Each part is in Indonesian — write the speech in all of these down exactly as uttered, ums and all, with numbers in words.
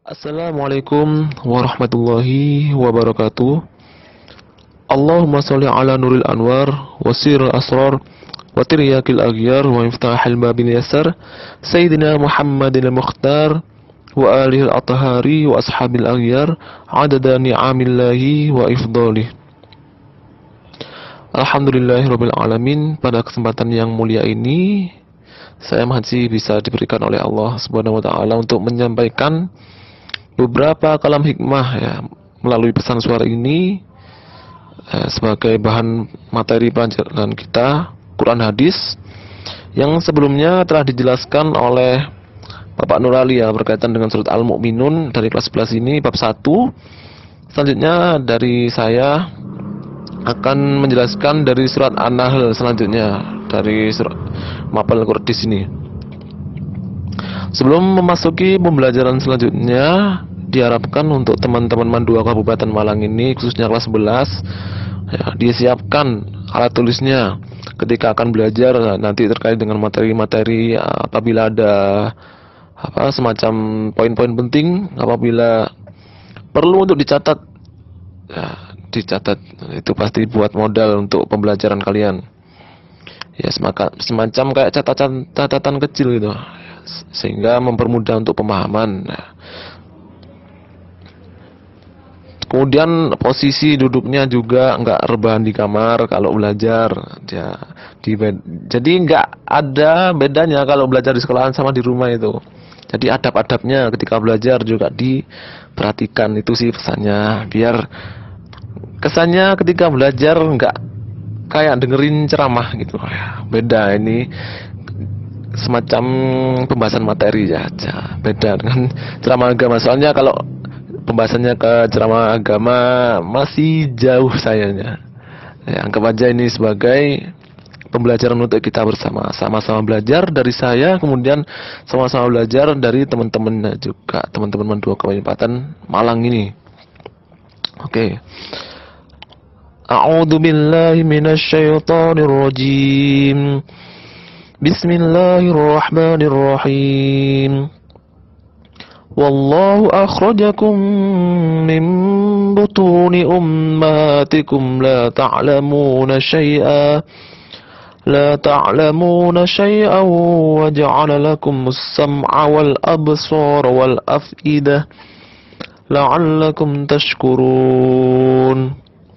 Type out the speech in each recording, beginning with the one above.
Assalamualaikum warahmatullahi wabarakatuh. Allahumma sholli ala nuril anwar wasiril asrar wa tiryakil aghyar wa miftahil babil yasar Sayyidina Muhammadin al-Mukhtar wa alihil athhari wa ashabil aghyar adada ni'amillahi wa ifdalih. Alhamdulillahirabbil alamin. Pada kesempatan yang mulia ini saya masih bisa diberikan oleh Allah Subhanahu wa taala untuk menyampaikan beberapa kalam hikmah ya melalui pesan suara ini eh, sebagai bahan materi pelajaran kita Quran hadis yang sebelumnya telah dijelaskan oleh Bapak Nurali ya berkaitan dengan surat Al-Mu'minun dari kelas sebelas ini bab satu. Selanjutnya dari saya akan menjelaskan dari surat An-Nahl selanjutnya dari surat Mapal Qurdis ini. Sebelum memasuki pembelajaran selanjutnya, diharapkan untuk teman-teman Mandua Kabupaten Malang ini khususnya kelas sebelas ya, disiapkan alat tulisnya ketika akan belajar nanti terkait dengan materi-materi ya, apabila ada apa semacam poin-poin penting apabila perlu untuk dicatat ya, dicatat itu pasti buat modal untuk pembelajaran kalian ya semacam kayak catatan catatan kecil gitu sehingga mempermudah untuk pemahaman. Nah, kemudian posisi duduknya juga nggak rebahan di kamar kalau belajar ya, di bed. Jadi nggak ada bedanya kalau belajar di sekolahan sama di rumah itu. Jadi adab-adabnya ketika belajar juga diperhatikan, itu sih pesannya biar kesannya ketika belajar nggak kayak dengerin ceramah gitu ya. Beda ini semacam pembahasan materi ya, ya. Beda dengan ceramah agama. Soalnya kalau pembahasannya ke ceramah agama masih jauh sayanya. Ya, anggap aja ini sebagai pembelajaran untuk kita bersama, sama-sama belajar dari saya, kemudian sama-sama belajar dari teman-teman juga, teman-teman Mandua Kabupaten Malang ini. Oke. A'udzu billahi minasyaitonir rajim. Bismillahirrahmanirrahim. Wallahu akhrajakum min butuni ummatikum la ta'lamuna syai'a la ta'lamuna syai'an wa ja'ala lakumus sam'a wal absara wal af'idah la'allakum tashkurun.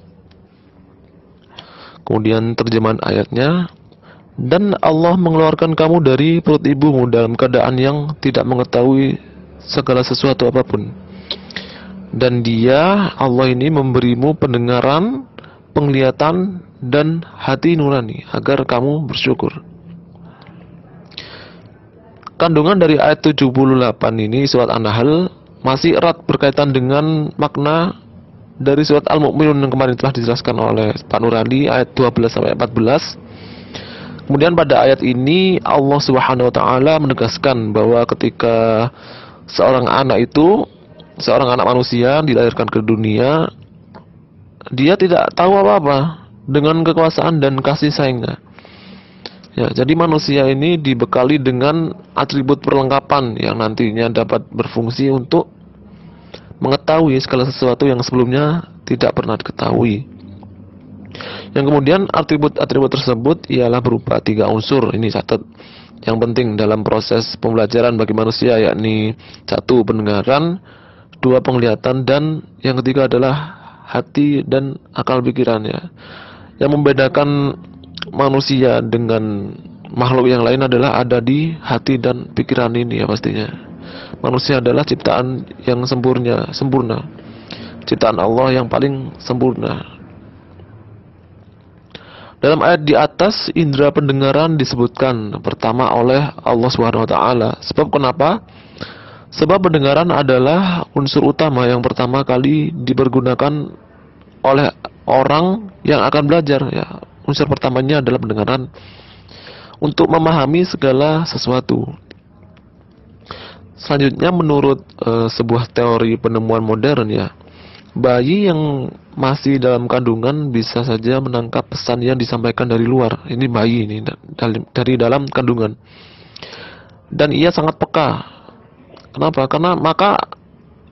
Kemudian terjemahan ayatnya, dan Allah mengeluarkan kamu dari perut ibumu dalam keadaan yang tidak mengetahui segala sesuatu apapun. Dan dia, Allah ini memberimu pendengaran, penglihatan, dan hati nurani agar kamu bersyukur. Kandungan dari ayat tujuh puluh delapan ini surat An-Nahl masih erat berkaitan dengan makna dari surat Al-Mu'minun yang kemarin telah dijelaskan oleh Pak Nurali ayat dua belas sampai empat belas. Kemudian pada ayat ini Allah Subhanahu wa taala menegaskan bahwa ketika seorang anak itu, seorang anak manusia dilahirkan ke dunia, dia tidak tahu apa-apa dengan kekuasaan dan kasih sayangnya. Ya, jadi manusia ini dibekali dengan atribut perlengkapan yang nantinya dapat berfungsi untuk mengetahui segala sesuatu yang sebelumnya tidak pernah diketahui. Yang kemudian atribut-atribut tersebut ialah berupa tiga unsur. Ini catat yang penting dalam proses pembelajaran bagi manusia, yakni satu pendengaran, dua penglihatan, dan yang ketiga adalah hati dan akal pikirannya. Yang membedakan manusia dengan makhluk yang lain adalah ada di hati dan pikiran ini ya pastinya. Manusia adalah ciptaan yang sempurna, sempurna. Ciptaan Allah yang paling sempurna. Dalam ayat di atas, indera pendengaran disebutkan pertama oleh Allah Subhanahu wa taala. Sebab kenapa? Sebab pendengaran adalah unsur utama yang pertama kali dipergunakan oleh orang yang akan belajar ya. Unsur pertamanya adalah pendengaran untuk memahami segala sesuatu. Selanjutnya menurut uh, sebuah teori penemuan modern ya, bayi yang masih dalam kandungan bisa saja menangkap pesan yang disampaikan dari luar. Ini bayi ini dari dalam kandungan. Dan ia sangat peka. Kenapa? Karena maka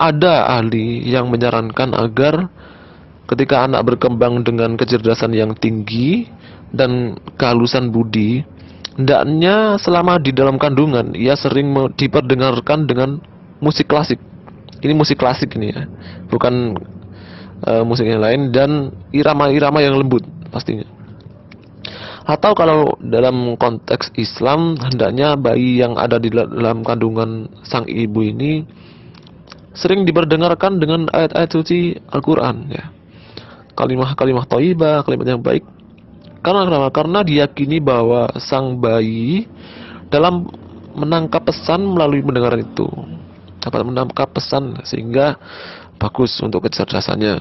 ada ahli yang menyarankan agar ketika anak berkembang dengan kecerdasan yang tinggi dan kehalusan budi, hendaknya selama di dalam kandungan ia sering me- diperdengarkan dengan musik klasik. Ini musik klasik ini ya, bukan eh, musik yang lain, dan irama-irama yang lembut pastinya. Atau kalau dalam konteks Islam, hendaknya bayi yang ada di dalam kandungan sang ibu ini sering diperdengarkan dengan ayat-ayat suci Al-Quran ya. Kalimah-kalimah thayyibah, kalimat yang baik. Karena kenapa? Karena diyakini bahwa sang bayi dalam menangkap pesan melalui pendengaran itu dapat menangkap pesan, sehingga bagus untuk kecerdasannya.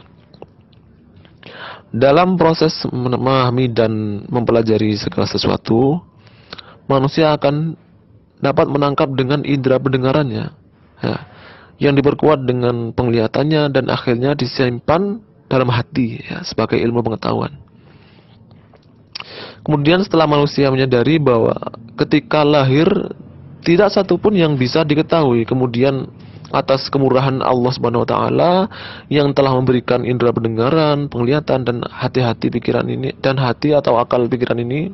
Dalam proses memahami dan mempelajari segala sesuatu, manusia akan dapat menangkap dengan indera pendengarannya ya, yang diperkuat dengan penglihatannya dan akhirnya disimpan dalam hati ya, sebagai ilmu pengetahuan. Kemudian setelah manusia menyadari bahwa ketika lahir tidak satupun yang bisa diketahui, kemudian atas kemurahan Allah Subhanahu wa taala yang telah memberikan indera pendengaran, penglihatan dan hati-hati pikiran ini dan hati atau akal pikiran ini,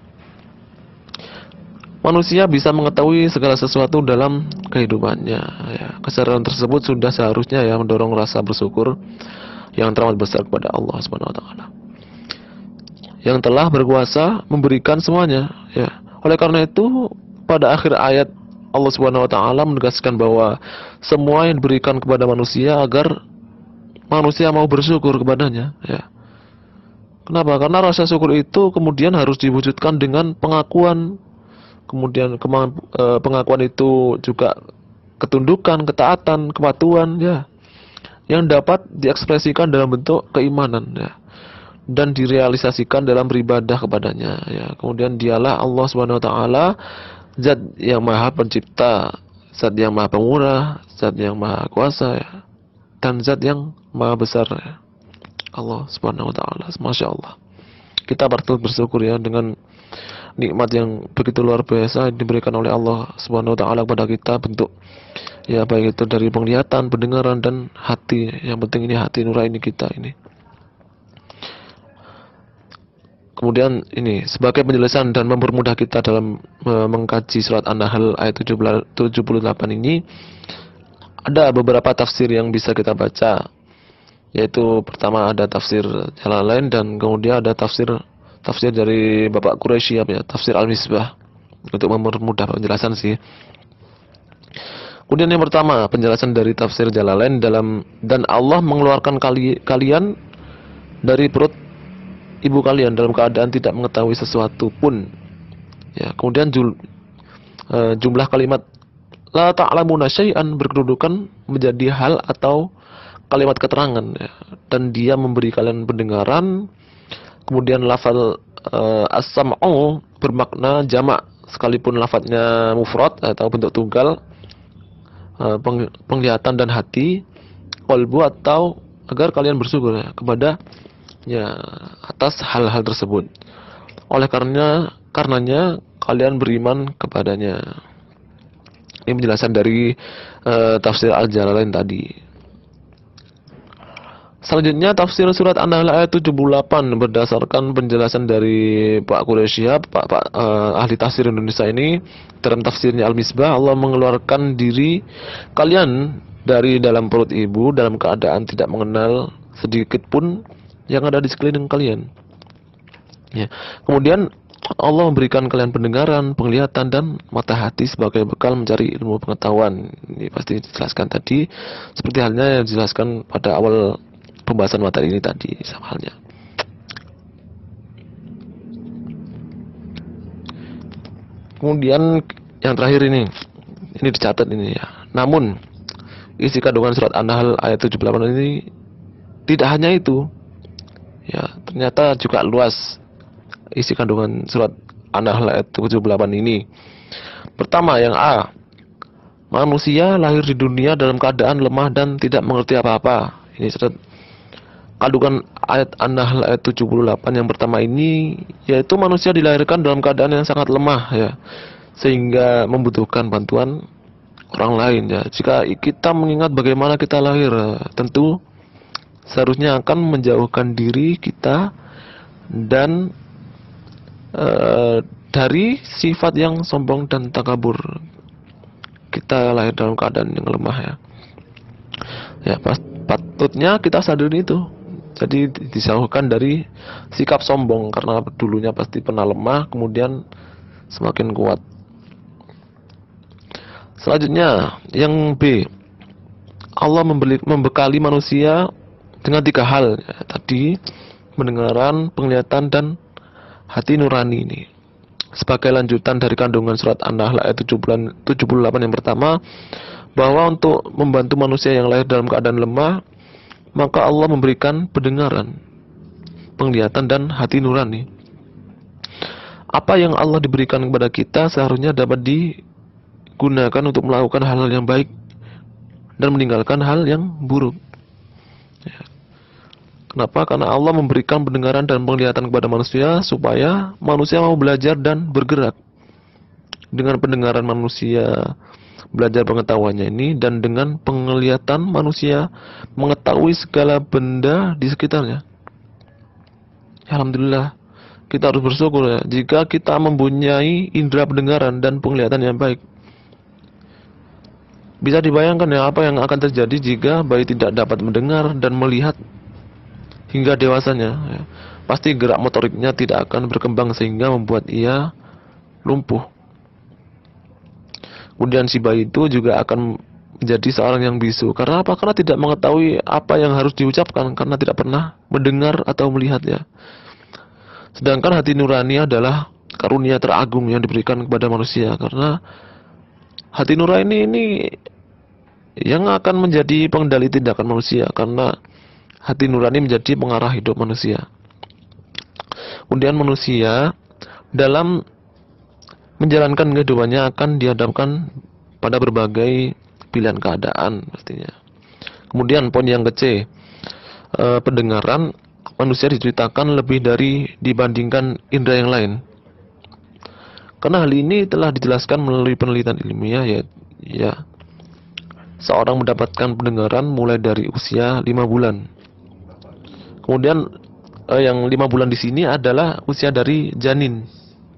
manusia bisa mengetahui segala sesuatu dalam kehidupannya ya. Kesadaran tersebut sudah seharusnya ya mendorong rasa bersyukur yang teramat besar kepada Allah Subhanahu wa taala yang telah berkuasa memberikan semuanya ya. Oleh karena itu pada akhir ayat Allah Subhanahu wa taala menegaskan bahwa semua yang diberikan kepada manusia agar manusia mau bersyukur kepadanya ya. Kenapa? Karena rasa syukur itu kemudian harus diwujudkan dengan pengakuan. Kemudian kema- eh, pengakuan itu juga ketundukan, ketaatan, kepatuhan ya, yang dapat diekspresikan dalam bentuk keimanan ya, dan direalisasikan dalam beribadah kepadanya ya. Kemudian dialah Allah Subhanahu wa taala, Zat yang Maha Pencipta, Zat yang Maha Pemurah, Zat yang Maha Kuasa ya, dan Zat yang Maha Besar ya. Allah Subhanahu wa taala, Masya Allah. Kita patut bersyukur ya dengan nikmat yang begitu luar biasa diberikan oleh Allah Subhanahu wa taala kepada kita, bentuk ya baik itu dari penglihatan, pendengaran dan hati. Yang penting ini hati nurani kita ini. Kemudian ini sebagai penjelasan dan mempermudah kita dalam uh, mengkaji surat An-Nahl ayat tujuh puluh delapan ini, ada beberapa tafsir yang bisa kita baca, yaitu pertama ada tafsir Jalalain dan kemudian ada tafsir tafsir dari Bapak Quraisy ya, tafsir Al-Misbah, untuk mempermudah penjelasan sih. Kemudian yang pertama penjelasan dari tafsir Jalalain dalam dan Allah mengeluarkan kali, kalian dari perut ibu kalian dalam keadaan tidak mengetahui sesuatu pun ya. Kemudian jul, uh, jumlah kalimat la ta'lamuna syai'an berkedudukan menjadi hal atau kalimat keterangan ya. Dan dia memberi kalian pendengaran. Kemudian lafal uh, as-sam'u bermakna jamak sekalipun lafadznya mufrad atau bentuk tunggal, uh, peng, penglihatan dan hati, qalbu atau agar kalian bersyukur ya, kepada ya atas hal-hal tersebut. Oleh karena karenanya kalian beriman kepadanya. Ini penjelasan dari uh, tafsir Al-Jalalain tadi. Selanjutnya tafsir surat An-Nahl ayat tujuh puluh delapan berdasarkan penjelasan dari Pak Quraisy, Pak, Pak uh, ahli tafsir Indonesia ini dalam tafsirnya Al-Misbah, Allah mengeluarkan diri kalian dari dalam perut ibu dalam keadaan tidak mengenal sedikit pun yang ada di sekeliling kalian. Ya. Kemudian Allah memberikan kalian pendengaran, penglihatan dan mata hati sebagai bekal mencari ilmu pengetahuan. Ini pasti dijelaskan tadi, seperti halnya yang dijelaskan pada awal pembahasan materi ini tadi, sama halnya. Kemudian yang terakhir ini, ini dicatat ini ya. Namun isi kandungan surat An-Nahl ayat tujuh puluh delapan ini tidak hanya itu. Ya, ternyata juga luas isi kandungan surat An-Nahl ayat tujuh puluh delapan ini. Pertama, yang A, manusia lahir di dunia dalam keadaan lemah dan tidak mengerti apa-apa. Ini surat kandungan ayat An-Nahl ayat tujuh puluh delapan yang pertama ini, yaitu manusia dilahirkan dalam keadaan yang sangat lemah ya, sehingga membutuhkan bantuan orang lain ya. Jika kita mengingat bagaimana kita lahir, tentu seharusnya akan menjauhkan diri kita dan uh, dari sifat yang sombong dan takabur. Kita lahir dalam keadaan yang lemah ya. Ya, pas, patutnya kita sadari itu. Jadi dijauhkan dari sikap sombong, karena dulunya pasti pernah lemah, kemudian semakin kuat. Selanjutnya, yang B, Allah membeli, membekali manusia dengan tiga hal ya, tadi, pendengaran, penglihatan, dan hati nurani ini. Sebagai lanjutan dari kandungan surat An-Nahl ayat tujuh puluh delapan yang pertama, bahwa untuk membantu manusia yang lahir dalam keadaan lemah, maka Allah memberikan pendengaran, penglihatan, dan hati nurani. Apa yang Allah diberikan kepada kita seharusnya dapat digunakan untuk melakukan hal-hal yang baik dan meninggalkan hal yang buruk. Ya. Kenapa? Karena Allah memberikan pendengaran dan penglihatan kepada manusia supaya manusia mau belajar dan bergerak. Dengan pendengaran manusia belajar pengetahuannya ini, dan dengan penglihatan manusia mengetahui segala benda di sekitarnya. Alhamdulillah, kita harus bersyukur ya, jika kita mempunyai indera pendengaran dan penglihatan yang baik. Bisa dibayangkan ya apa yang akan terjadi jika bayi tidak dapat mendengar dan melihat hingga dewasanya ya. Pasti gerak motoriknya tidak akan berkembang sehingga membuat ia lumpuh. Kemudian si bayi itu juga akan menjadi seorang yang bisu. Karena apa? Karena tidak mengetahui apa yang harus diucapkan, karena tidak pernah mendengar atau melihat ya. Sedangkan hati nurani adalah karunia teragung yang diberikan kepada manusia, karena hati nurani ini yang akan menjadi pengendali tindakan manusia, karena hati nurani menjadi pengarah hidup manusia. Kemudian manusia dalam menjalankan kehidupannya akan dihadapkan pada berbagai pilihan keadaan pastinya. Kemudian poin yang ke-C, e, pendengaran manusia diceritakan lebih dari dibandingkan indera yang lain. Karena hal ini telah dijelaskan melalui penelitian ilmiah ya, ya seorang mendapatkan pendengaran mulai dari usia lima bulan. Kemudian eh, yang lima bulan di sini adalah usia dari janin.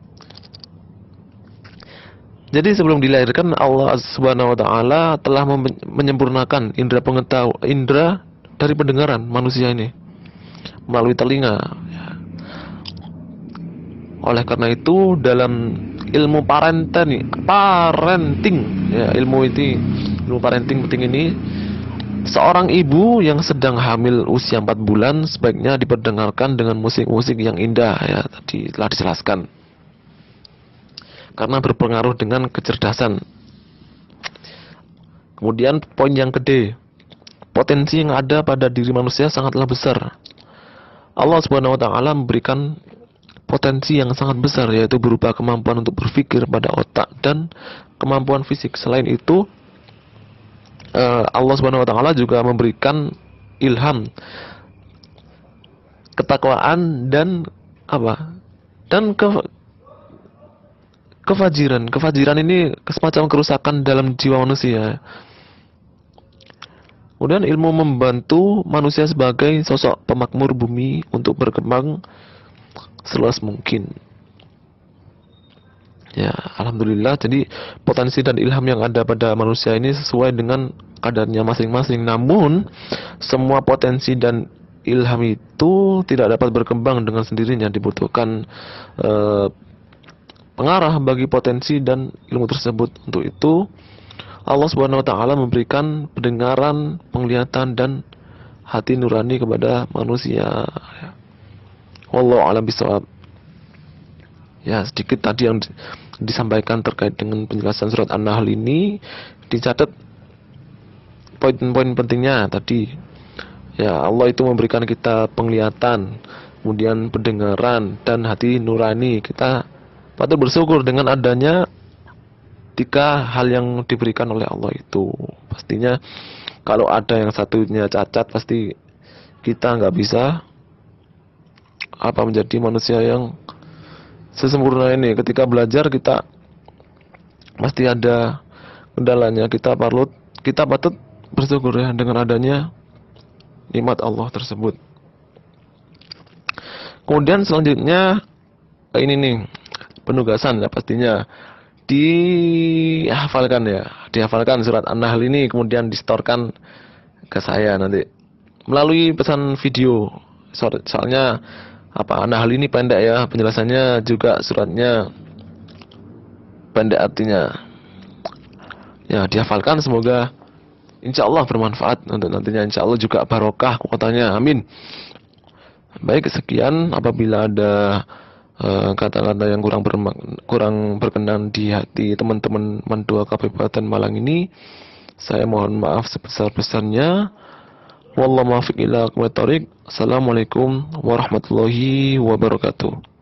Jadi sebelum dilahirkan, Allah Subhanahu wa taala telah menyempurnakan indera pengetahuan, indera dari pendengaran manusia ini melalui telinga. Oleh karena itu dalam ilmu parenting, parenting ya, ilmu itu ilmu parenting penting ini, seorang ibu yang sedang hamil usia empat bulan sebaiknya diperdengarkan dengan musik-musik yang indah ya, tadi telah dijelaskan. Karena berpengaruh dengan kecerdasan. Kemudian poin yang ke-D, potensi yang ada pada diri manusia sangatlah besar. Allah Subhanahu wa taala memberikan potensi yang sangat besar, yaitu berupa kemampuan untuk berpikir pada otak dan kemampuan fisik. Selain itu, Allah Subhanahu wa taala juga memberikan ilham, ketakwaan, dan apa? Dan ke kefajiran. Kefajiran ini semacam kerusakan dalam jiwa manusia. Kemudian ilmu membantu manusia sebagai sosok pemakmur bumi untuk berkembang seluas mungkin. Ya, alhamdulillah. Jadi potensi dan ilham yang ada pada manusia ini sesuai dengan kadarnya masing-masing. Namun semua potensi dan ilham itu tidak dapat berkembang dengan sendirinya. Dibutuhkan eh, pengarah bagi potensi dan ilmu tersebut. Untuk itu Allah Subhanahu wa taala memberikan pendengaran, penglihatan, dan hati nurani kepada manusia. Wallahu a'lam bishawab. Ya, sedikit tadi yang disampaikan terkait dengan penjelasan surat An-Nahl ini. Dicatat poin-poin pentingnya tadi. Ya, Allah itu memberikan kita penglihatan, kemudian pendengaran, dan hati nurani. Kita patut bersyukur dengan adanya tiga hal yang diberikan oleh Allah itu. Pastinya kalau ada yang satunya cacat, pasti kita nggak bisa apa menjadi manusia yang sesempurna ini. Ketika belajar kita pasti ada kendalanya. Kita perlu kita patut bersyukur ya dengan adanya nikmat Allah tersebut. Kemudian selanjutnya ini nih penugasan ya, pastinya dihafalkan ya, dihafalkan surat An-Nahl ini, kemudian distorkan ke saya nanti melalui pesan video. So, soalnya apa, An-Nahl ini pendek ya penjelasannya, juga suratnya pendek artinya. Ya, dihafalkan, semoga insya Allah bermanfaat untuk nantinya, insya Allah juga barokah kotanya, amin. Baik, sekian. Apabila ada uh, kata-kata yang kurang bermak- kurang berkenan di hati teman-teman Mandua Kabupaten Malang ini, saya mohon maaf sebesar-besarnya. Wallahu muwaffiq ila aqwamit thoriq. Assalamualaikum warahmatullahi wabarakatuh.